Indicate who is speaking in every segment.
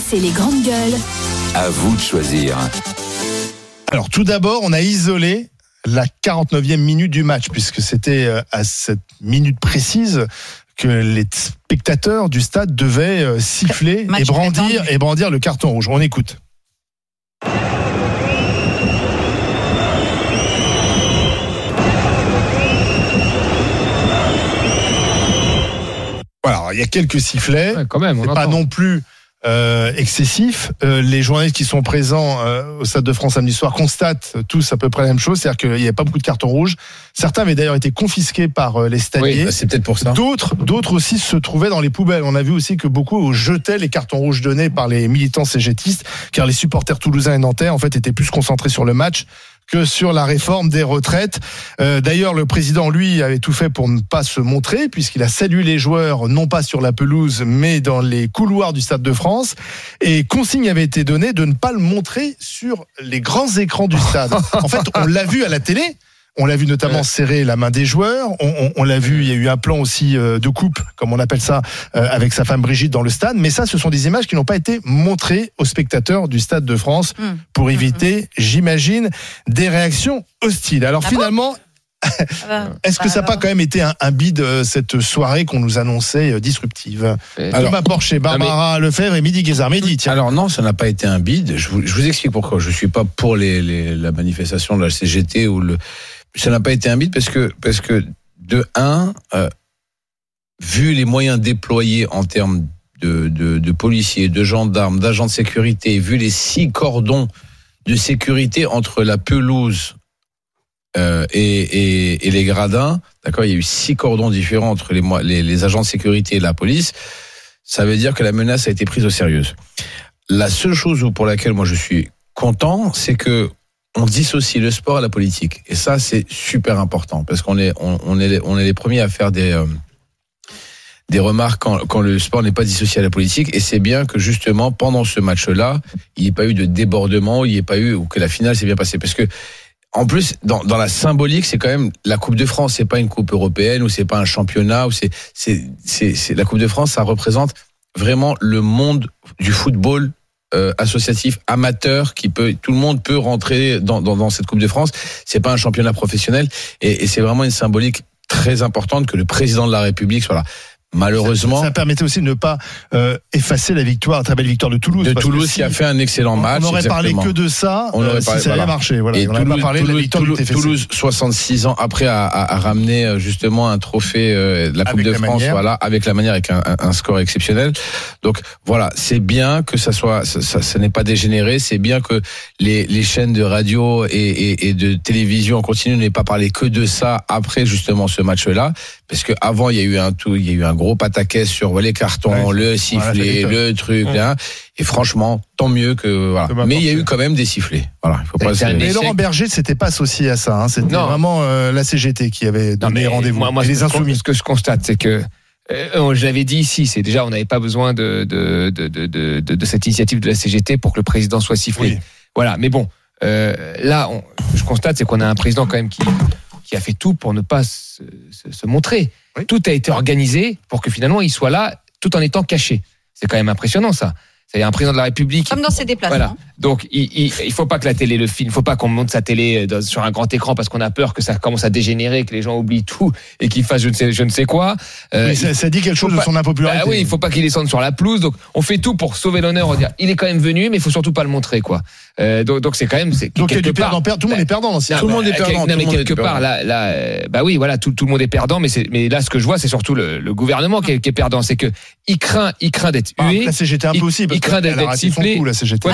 Speaker 1: C'est les grandes gueules.
Speaker 2: À vous de choisir.
Speaker 3: Alors tout d'abord, on a isolé la 49e minute du match, puisque c'était à cette minute précise que les spectateurs du stade devaient siffler et brandir le carton rouge. On écoute. Voilà, il y a quelques sifflets,
Speaker 4: quand même,
Speaker 3: c'est pas non plus excessif. Les journalistes qui sont présents au Stade de France samedi soir constatent tous à peu près la même chose, c'est-à-dire qu'il n'y avait pas beaucoup de cartons rouges. Certains avaient d'ailleurs été confisqués par les stadiers.
Speaker 5: Oui, c'est peut-être pour ça.
Speaker 3: D'autres aussi se trouvaient dans les poubelles. On a vu aussi que beaucoup jetaient les cartons rouges donnés par les militants cégétistes, car les supporters toulousains et nantais en fait étaient plus concentrés sur le match que sur la réforme des retraites. D'ailleurs, le président, lui, avait tout fait pour ne pas se montrer, puisqu'il a salué les joueurs, non pas sur la pelouse, mais dans les couloirs du Stade de France. Et consigne avait été donnée de ne pas le montrer sur les grands écrans du stade. En fait, on l'a vu à la télé. On l'a vu notamment serrer la main des joueurs. On l'a vu, il y a eu un plan aussi de coupe, comme on appelle ça, avec sa femme Brigitte dans le stade. Mais ça, ce sont des images qui n'ont pas été montrées aux spectateurs du Stade de France pour éviter, j'imagine, des réactions hostiles. Alors finalement, est-ce que ça n'a pas quand même été un bide, cette soirée qu'on nous annonçait disruptive? Thomas Porcher, Barbara Lefebvre et Mehdi Guézard. Mehdi, tiens.
Speaker 5: Alors non, ça n'a pas été un bide. Je vous explique pourquoi. Je ne suis pas pour la manifestation de la CGT ou ça n'a pas été un bide parce que de un, vu les moyens déployés en termes de policiers, de gendarmes, d'agents de sécurité, vu les 6 cordons de sécurité entre la pelouse et les gradins, d'accord, il y a eu 6 cordons différents entre les agents de sécurité et la police. Ça veut dire que la menace a été prise au sérieux. La seule chose pour laquelle moi je suis content, c'est que on dissocie le sport à la politique. Et ça, c'est super important parce qu'on est les premiers à faire des remarques quand le sport n'est pas dissocié à la politique. Et c'est bien que justement, pendant ce match-là, il n'y ait pas eu de débordement, ou que la finale s'est bien passée. Parce que, en plus, dans la symbolique, c'est quand même la Coupe de France. C'est pas une Coupe européenne ou c'est pas un championnat. C'est la Coupe de France, ça représente vraiment le monde du football associatif amateur tout le monde peut rentrer dans cette Coupe de France. C'est pas un championnat professionnel et c'est vraiment une symbolique très importante que le président de la République soit là. Malheureusement,
Speaker 3: ça permettait aussi de ne pas effacer la très belle victoire de Toulouse.
Speaker 5: Qui a fait un excellent match.
Speaker 3: On n'aurait parlé que de ça si ça avait marché. Voilà. Et on n'aurait pas parlé de la victoire du TFC.
Speaker 5: Toulouse, 66 ans après, a ramené justement un trophée de la Coupe de France, avec la manière, avec un score exceptionnel. Donc voilà, c'est bien que ça n'est pas dégénéré. C'est bien que les chaînes de radio et de télévision en continu n'aient pas parlé que de ça après justement ce match-là, parce que avant il y a eu un gros pataquès sur les cartons, le sifflet, le truc, là. Et franchement, tant mieux que voilà. Mais il y a eu quand même des sifflets. Voilà, il faut pas.
Speaker 3: Mais Laurent Berger ne s'était pas associé à ça. C'était vraiment la CGT qui avait donné rendez-vous.
Speaker 4: Moi,
Speaker 3: les insoumis.
Speaker 4: Ce que je constate, c'est que je l'avais dit ici, c'est déjà on n'avait pas besoin de cette initiative de la CGT pour que le président soit sifflé. Oui. Voilà. Mais bon, là, je constate, c'est qu'on a un président quand même qui a fait tout pour ne pas se montrer. Oui. Tout a été organisé pour que finalement il soit là tout en étant caché. C'est quand même impressionnant ça. C'est un président de la République.
Speaker 6: Comme dans ses déplacements.
Speaker 4: Voilà. Donc, il faut pas que la télé le filme. Il faut pas qu'on monte sa télé sur un grand écran parce qu'on a peur que ça commence à dégénérer, que les gens oublient tout et qu'ils fassent je ne sais quoi.
Speaker 3: Oui, ça dit quelque chose de son impopularité.
Speaker 4: Oui, il faut pas qu'il descende sur la pelouse. Donc, on fait tout pour sauver l'honneur. On dit, il est quand même venu, mais il faut surtout pas le montrer, quoi. Donc c'est quand même.
Speaker 3: Donc, il y a du perdant. Tout le monde est perdant.
Speaker 5: Tout le monde est perdant.
Speaker 4: Mais quelque part, là, oui, voilà, tout le monde est perdant. Mais là, ce que je vois, c'est surtout le gouvernement qui est perdant. C'est que il craint d'être hué.
Speaker 3: La CGT un peu aussi.
Speaker 4: Il craint d'être sifflé.
Speaker 3: La CGT.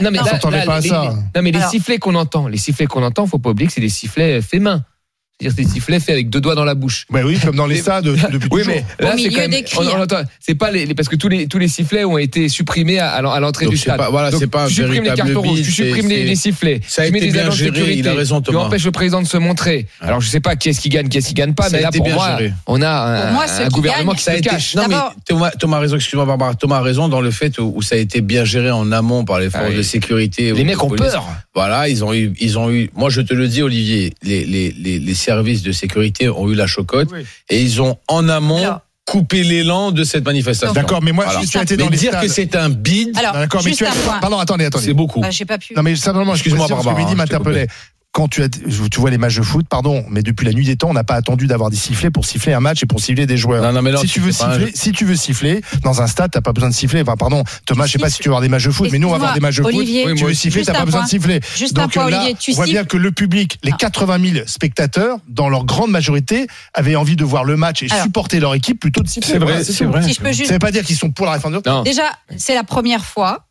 Speaker 4: Mais les sifflets qu'on entend, faut pas oublier que c'est des sifflets faits main. C'est-à-dire des sifflets faits avec 2 doigts dans la bouche.
Speaker 3: Bah oui, comme dans les stades depuis toujours.
Speaker 4: Mais là, c'est quand même, on entend, c'est pas parce que tous les sifflets ont été supprimés à l'entrée du stade.
Speaker 5: C'est pas un
Speaker 4: tu supprimes les cartons rouges, tu supprimes les sifflets, tu mets des agents de sécurité,
Speaker 5: il a raison,
Speaker 4: tu empêches le président de se montrer. Alors je sais pas qui est-ce qui gagne pas, mais là pour moi, on a un gouvernement qui se cache.
Speaker 5: Non mais Thomas a raison, excuse-moi Barbara, Thomas a raison dans le fait où ça a été bien géré en amont par les forces de sécurité.
Speaker 4: Les mecs ont peur.
Speaker 5: Voilà, ils ont eu. Moi je te le dis Olivier, les services de sécurité ont eu la chocotte et ils ont en amont couper l'élan de cette manifestation.
Speaker 3: D'accord, mais moi,
Speaker 5: Voilà.
Speaker 3: tu as été
Speaker 5: Mais
Speaker 3: dans les
Speaker 5: dire
Speaker 3: stades.
Speaker 5: que c'est un bid,
Speaker 1: Alors,
Speaker 3: D'accord, mais
Speaker 1: juste
Speaker 3: tu as.
Speaker 1: un point.
Speaker 3: Pardon, attendez.
Speaker 5: c'est beaucoup.
Speaker 1: J'ai pas pu.
Speaker 3: Non, mais simplement,
Speaker 5: Excuse-moi,
Speaker 3: parce que
Speaker 5: Barbara,
Speaker 3: Mehdi
Speaker 5: je t'ai
Speaker 3: m'interpellait. Quand tu vois les matchs de foot, pardon, mais depuis la nuit des temps, on n'a pas attendu d'avoir des sifflets pour siffler un match et pour siffler des joueurs.
Speaker 5: Non, mais non,
Speaker 3: si tu veux siffler dans un stade, t'as pas besoin de siffler. Enfin, pardon, Thomas, je sais pas si tu veux avoir des matchs de foot, mais nous on va avoir des matchs de foot.
Speaker 1: Olivier,
Speaker 3: Tu veux siffler,
Speaker 1: juste
Speaker 3: t'as pas
Speaker 1: un
Speaker 3: besoin
Speaker 1: point.
Speaker 3: de siffler.
Speaker 1: Juste un
Speaker 3: Donc
Speaker 1: point,
Speaker 3: là,
Speaker 1: Olivier, tu
Speaker 3: on voit
Speaker 1: siffles.
Speaker 3: bien que le public, les 80 000 spectateurs, dans leur grande majorité, avaient envie de voir le match et
Speaker 1: Alors.
Speaker 3: supporter leur équipe plutôt de siffler.
Speaker 5: C'est vrai,
Speaker 3: Voilà,
Speaker 5: c'est
Speaker 3: tout.
Speaker 5: vrai.
Speaker 1: Si je peux juste.
Speaker 3: Ça veut pas dire qu'ils sont pour la réforme de
Speaker 4: Non.
Speaker 1: Déjà, c'est la première fois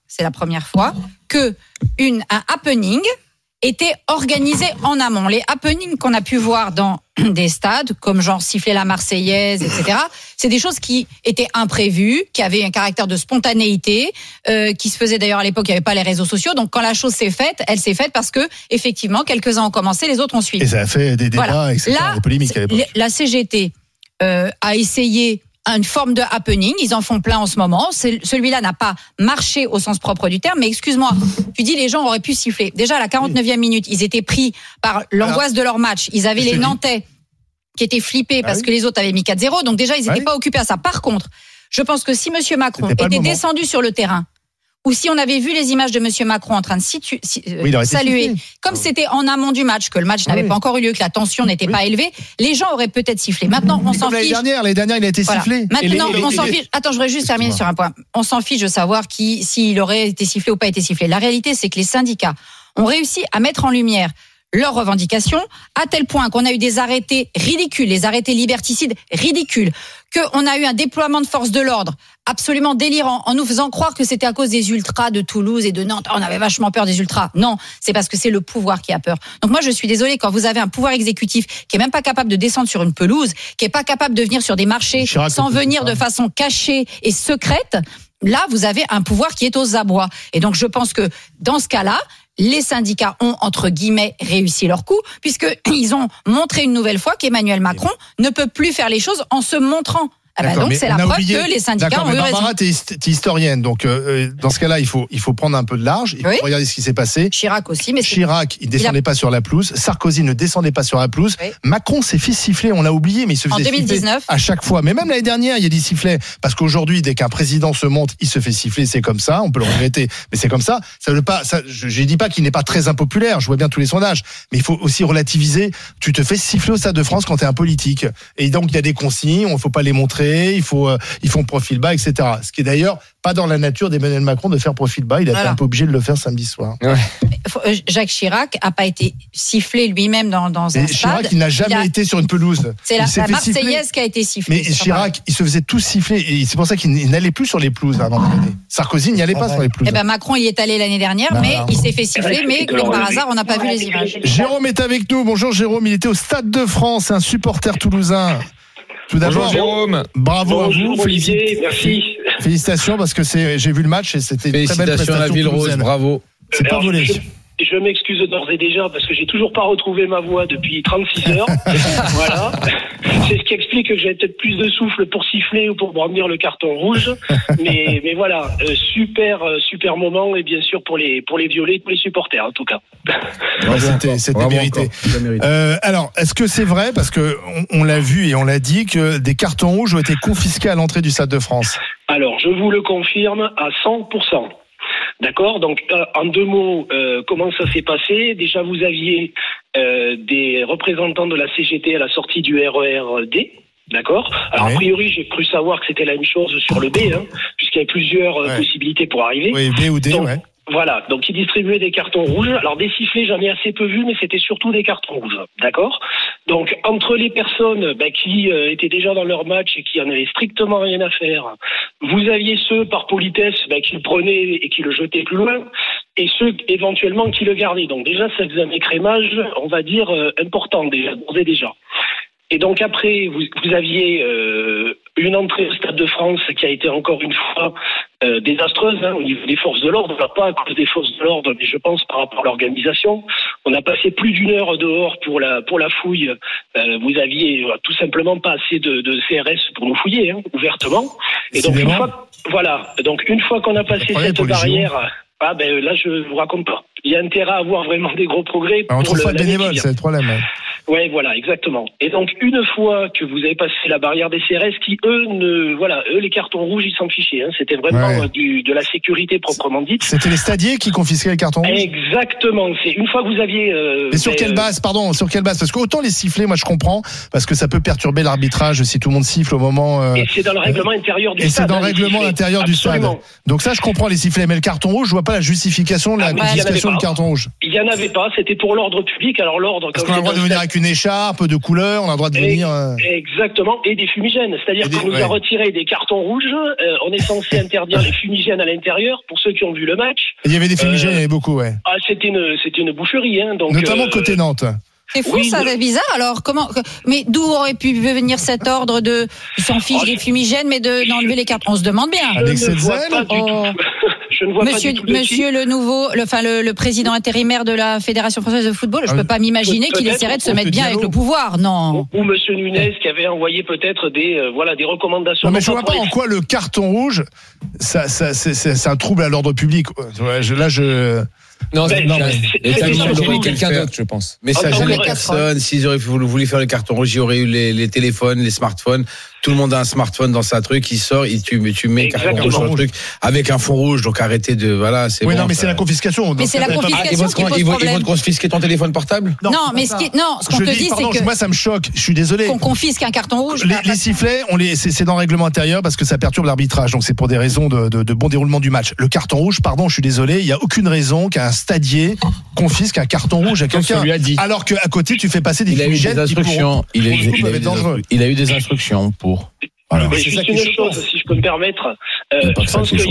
Speaker 1: que un happening était organisé en amont. Les happenings qu'on a pu voir dans des stades, comme genre siffler la Marseillaise, etc., c'est des choses qui étaient imprévues, qui avaient un caractère de spontanéité, qui se faisaient d'ailleurs à l'époque, il n'y avait pas les réseaux sociaux. Donc quand la chose s'est faite, elle s'est faite parce que effectivement, quelques-uns ont commencé, les autres ont suivi.
Speaker 3: Et ça a fait des débats,
Speaker 1: Voilà.
Speaker 3: etc.,
Speaker 1: Là,
Speaker 3: des polémiques à l'époque.
Speaker 1: la CGT a essayé une forme de happening, ils en font plein en ce moment. Celui-là n'a pas marché au sens propre du terme, mais excuse-moi, tu dis les gens auraient pu siffler. Déjà à la 49e minute, ils étaient pris par l'angoisse de leur match. Ils avaient les Nantais qui étaient flippés parce que les autres avaient mis 4-0, donc déjà ils n'étaient pas occupés à ça. Par contre, je pense que si M. Macron était descendu sur le terrain, ou si on avait vu les images de M. Macron en train de saluer, comme c'était en amont du match, que le match n'avait pas encore eu lieu, que la tension n'était pas élevée, les gens auraient peut-être sifflé. Maintenant, on s'en fiche.
Speaker 3: L'année dernière, il a été sifflé.
Speaker 1: Maintenant, on s'en fiche. Attends, je voudrais juste terminer sur un point. On s'en fiche de savoir s'il aurait été sifflé ou pas été sifflé. La réalité, c'est que les syndicats ont réussi à mettre en lumière leurs revendications, à tel point qu'on a eu des arrêtés ridicules, les arrêtés liberticides ridicules, qu'on a eu un déploiement de forces de l'ordre absolument délirant, en nous faisant croire que c'était à cause des ultras de Toulouse et de Nantes. On avait vachement peur des ultras. Non, c'est parce que c'est le pouvoir qui a peur. Donc moi, je suis désolée, quand vous avez un pouvoir exécutif qui est même pas capable de descendre sur une pelouse, qui est pas capable de venir sur des marchés sans venir de façon cachée et secrète, là, vous avez un pouvoir qui est aux abois. Et donc, je pense que dans ce cas-là, les syndicats ont, entre guillemets, réussi leur coup, puisqu'ils ont montré une nouvelle fois qu'Emmanuel Macron ne peut plus faire les choses en se montrant. Donc c'est la preuve que les syndicats ont eu raison.
Speaker 3: Barbara, t'es historienne, donc dans ce cas-là, il faut prendre un peu de large. Il faut regarder ce qui s'est passé.
Speaker 1: Chirac aussi, mais
Speaker 3: Chirac, il descendait pas sur la pelouse. Sarkozy ne descendait pas sur la pelouse. Oui. Macron s'est fait siffler, on l'a oublié, mais il se faisait siffler à chaque fois. Mais même l'année dernière, il y a des sifflets, parce qu'aujourd'hui, dès qu'un président se monte, il se fait siffler. C'est comme ça. On peut le regretter, mais c'est comme ça. Ça veut pas. Je dis pas qu'il n'est pas très impopulaire. Je vois bien tous les sondages, mais il faut aussi relativiser. Tu te fais siffler au Stade de France quand t'es un politique, et donc il y a des consignes. Il faut pas les montrer. Ils font profil bas, etc. Ce qui est d'ailleurs pas dans la nature d'Emmanuel Macron de faire profil bas. Il a été un peu obligé de le faire samedi soir.
Speaker 1: Ouais. Jacques Chirac a pas été sifflé lui-même dans un stade.
Speaker 3: Chirac, il n'a jamais été sur une pelouse.
Speaker 1: C'est la Marseillaise qui a été sifflée.
Speaker 3: Mais Chirac, il se faisait tous siffler et c'est pour ça qu'il n'allait plus sur les pelouses avant l'année. Sarkozy n'y allait pas sur les pelouses.
Speaker 1: Macron y est allé l'année dernière, mais il s'est fait siffler, mais comme par hasard, on n'a pas vu les images.
Speaker 3: Jérôme est avec nous. Bonjour Jérôme, il était au Stade de France, un supporter toulousain. Tout d'abord,
Speaker 4: Jérôme.
Speaker 3: Bravo à vous.
Speaker 6: Olivier, merci.
Speaker 3: Félicitations parce que j'ai vu le match et c'était une très belle prestation.
Speaker 5: Félicitations à la Ville Rose, bravo.
Speaker 3: C'est pas volé.
Speaker 6: Je m'excuse d'ores et déjà parce que j'ai toujours pas retrouvé ma voix depuis 36 heures. Voilà. C'est ce qui explique que j'avais peut-être plus de souffle pour siffler ou pour brandir le carton rouge. Mais voilà, super moment et bien sûr pour les violets, pour les supporters en tout cas.
Speaker 3: Ouais, c'était mérité. Alors, est-ce que c'est vrai, parce que on l'a vu et on l'a dit, que des cartons rouges ont été confisqués à l'entrée du Stade de France?
Speaker 6: Alors, je vous le confirme à 100%. D'accord, donc en deux mots, comment ça s'est passé? Déjà, vous aviez des représentants de la CGT à la sortie du RER-D. D'accord. Alors, a priori, j'ai cru savoir que c'était la même chose sur le B, puisqu'il y avait plusieurs possibilités pour arriver.
Speaker 3: Oui, B ou D, donc,
Speaker 6: Voilà, donc ils distribuaient des cartons rouges. Alors des sifflets, j'en ai assez peu vu, mais c'était surtout des cartons rouges, d'accord. Donc entre les personnes qui étaient déjà dans leur match et qui en avaient strictement rien à faire, vous aviez ceux par politesse qui le prenaient et qui le jetaient plus loin, et ceux éventuellement qui le gardaient. Donc déjà, ça faisait un écrémage, on va dire important déjà. Et donc après, vous aviez une entrée au Stade de France qui a été encore une fois désastreuse au niveau des forces de l'ordre. Pas à cause des forces de l'ordre, mais je pense par rapport à l'organisation. On a passé plus d'une heure dehors pour la fouille. Vous aviez tout simplement pas assez de CRS pour nous fouiller ouvertement. Et donc une fois qu'on a passé cette barrière, là je vous raconte pas. Il y a intérêt à avoir vraiment des gros progrès.
Speaker 3: On trouve pas de bénévoles, c'est le problème.
Speaker 6: Ouais, voilà, exactement. Et donc, une fois que vous avez passé la barrière des CRS, qui eux, les cartons rouges, ils s'en fichaient. Hein. C'était vraiment de la sécurité proprement dite.
Speaker 3: C'était les stadiers qui confisquaient les cartons rouges.
Speaker 6: Exactement. C'est une fois que vous aviez.
Speaker 3: Et sur quelle base, sur quelle base? Parce qu'autant les sifflets, moi je comprends, parce que ça peut perturber l'arbitrage si tout le monde siffle au moment.
Speaker 6: Et c'est dans le règlement intérieur du stade.
Speaker 3: Et c'est dans le règlement intérieur du stade. Donc ça, je comprends les sifflets, mais le carton rouge, je vois pas la justification de la confiscation du carton rouge.
Speaker 6: Il y en avait pas. C'était pour l'ordre public. Alors l'ordre.
Speaker 3: Parce qu'on a le droit de venir avec une écharpe de couleur, on a le droit de venir.
Speaker 6: Exactement. Et des fumigènes. C'est-à-dire qu'on nous a retiré des cartons rouges. On est censé interdire les fumigènes à l'intérieur pour ceux qui ont vu le match.
Speaker 3: Et il y avait des fumigènes, il y en avait beaucoup, ouais.
Speaker 6: Ah, c'était une boucherie, hein. Donc,
Speaker 3: notamment côté Nantes.
Speaker 1: C'est fou, ça, c'est bizarre. Alors, mais d'où aurait pu venir cet ordre de, ils s'en fichent des fumigènes, mais d'enlever les cartes? On se demande bien.
Speaker 3: Avec cette zèle?
Speaker 6: Je ne vois pas du tout.
Speaker 1: Monsieur le président intérimaire de la Fédération française de football, je peux pas m'imaginer qu'il essaierait de se mettre bien avec le pouvoir, non.
Speaker 6: Ou monsieur Nunez qui avait envoyé peut-être des recommandations.
Speaker 3: Non, mais je vois pas en quoi le carton rouge, c'est un trouble à l'ordre public.
Speaker 4: Non,
Speaker 5: c'est
Speaker 4: quelqu'un d'autre, je pense.
Speaker 5: Mais ça gêne personne. S'ils auraient voulu faire le carton rouge, il y aurait eu les téléphones, les smartphones. Tout le monde a un smartphone dans sa truc, il sort, tu mets carton rouge sur le truc avec un fond rouge. Donc arrêtez de c'est
Speaker 3: oui,
Speaker 5: bon.
Speaker 3: Non, mais c'est la confiscation.
Speaker 1: Mais c'est la confiscation qui pose
Speaker 5: ils vont
Speaker 1: problème.
Speaker 5: te confisquer ton téléphone portable?
Speaker 1: Non, mais ce qu'on te dit, c'est que
Speaker 3: moi ça me choque. Je suis désolé.
Speaker 1: Qu'on confisque un carton rouge.
Speaker 3: Les sifflets, c'est dans le règlement intérieur parce que ça perturbe l'arbitrage. Donc c'est pour des raisons de bon déroulement du match. Le carton rouge, pardon, je suis désolé, il y a aucune raison qu'un stadier confisque un carton rouge à quelqu'un. Alors qu'à côté tu fais passer des fumigènes.
Speaker 5: Il a eu des instructions pour.
Speaker 6: Voilà. Juste une chose, si je peux me permettre, je pense qu'il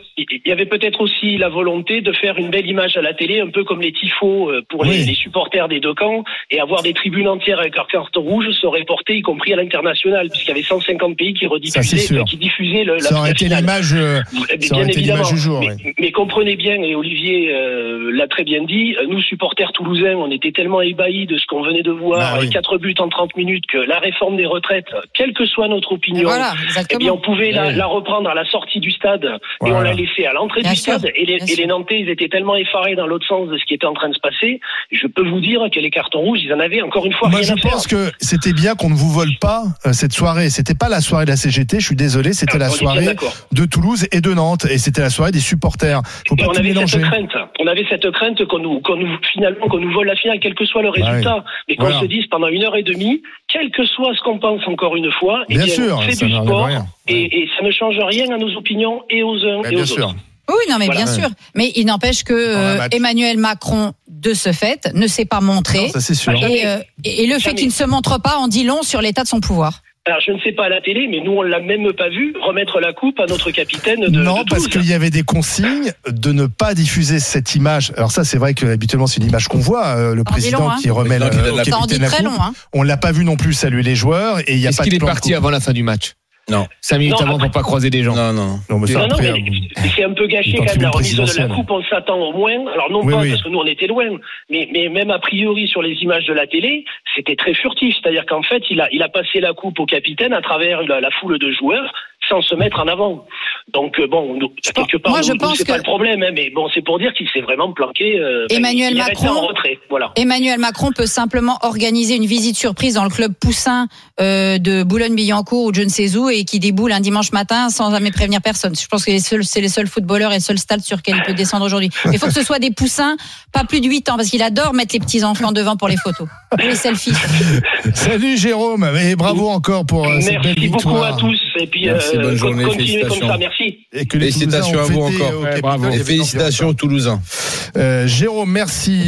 Speaker 6: y avait peut-être aussi la volonté de faire une belle image à la télé, un peu comme les tifos pour les supporters des deux camps, et avoir des tribunes entières avec leur carton rouge serait porté, y compris à l'international, puisqu'il y avait 150 pays qui diffusaient la
Speaker 3: ça aurait été l'image,
Speaker 6: bien évidemment.
Speaker 3: Du jour,
Speaker 6: mais comprenez bien, et Olivier l'a très bien dit, nous supporters toulousains, on était tellement ébahis de ce qu'on venait de voir, les 4 buts en 30 minutes, que la réforme des retraites, quelle que soit notre opinion, on pouvait la reprendre à la sortie du stade et on l'a laissé à l'entrée du stade. Et les Nantais, ils étaient tellement effarés dans l'autre sens de ce qui était en train de se passer. Je peux vous dire que les cartons rouges, ils en avaient encore une fois rien à faire.
Speaker 3: Moi, je pense que c'était bien qu'on ne vous vole pas cette soirée. C'était pas la soirée de la CGT, je suis désolé, c'était la soirée de Toulouse et de Nantes. Et c'était la soirée des supporters. Faut pas tout mélanger.
Speaker 6: On avait cette crainte qu'on nous vole la finale, quel que soit le résultat. Mais qu'on se dise pendant 1h30, quel que soit ce qu'on pense encore une fois,
Speaker 3: bien sûr,
Speaker 6: c'est du sport et ça ne change rien à nos opinions et aux uns et aux autres.
Speaker 1: Oui, non, mais bien sûr. Mais il n'empêche que Emmanuel Macron, de ce fait, ne s'est pas montré.
Speaker 3: Non, ça c'est sûr.
Speaker 1: Et le fait qu'il ne se montre pas en dit long sur l'état de son pouvoir.
Speaker 6: Alors, je ne sais pas à la télé, mais nous, on l'a même pas vu remettre la coupe à notre capitaine de
Speaker 3: Non,
Speaker 6: de
Speaker 3: parce qu'il y avait des consignes de ne pas diffuser cette image. Alors ça, c'est vrai que habituellement, c'est une image qu'on voit, le président qui remet le capitaine la coupe. On l'a pas vu non plus saluer les joueurs et il y a pas de plan.
Speaker 4: Est-ce qu'il est parti avant la fin du match?
Speaker 5: Non.
Speaker 4: 5 minutes avant pour pas croiser des gens.
Speaker 5: Non,
Speaker 6: mais c'est un peu gâché quand même la remise de la coupe, on s'attend au moins. Alors non pas parce que nous on était loin, mais même a priori sur les images de la télé, c'était très furtif. C'est-à-dire qu'en fait, il a passé la coupe au capitaine à travers la foule de joueurs sans se mettre en avant. Donc quelque part, moi, je pense c'est pas le problème, hein, mais bon, c'est pour dire qu'il s'est vraiment planqué.
Speaker 1: Emmanuel Macron,
Speaker 6: en retrait, voilà.
Speaker 1: Emmanuel Macron peut simplement organiser une visite surprise dans le club poussin de Boulogne-Billancourt ou je ne sais où et qui déboule un dimanche matin sans jamais prévenir personne. Je pense que c'est les seuls footballeurs et le seul stade sur lequel il peut descendre aujourd'hui. Il faut que ce soit des poussins, pas plus de 8 ans, parce qu'il adore mettre les petits enfants devant pour les photos, pour les selfies.
Speaker 3: Salut Jérôme, et bravo encore pour cette belle victoire.
Speaker 6: Merci beaucoup à tous, et puis
Speaker 5: bonne journée,
Speaker 6: continuez comme ça, merci.
Speaker 3: Et que
Speaker 5: félicitations à vous encore.
Speaker 3: Bravo.
Speaker 5: Et félicitations aux Toulousains.
Speaker 3: Jérôme, merci.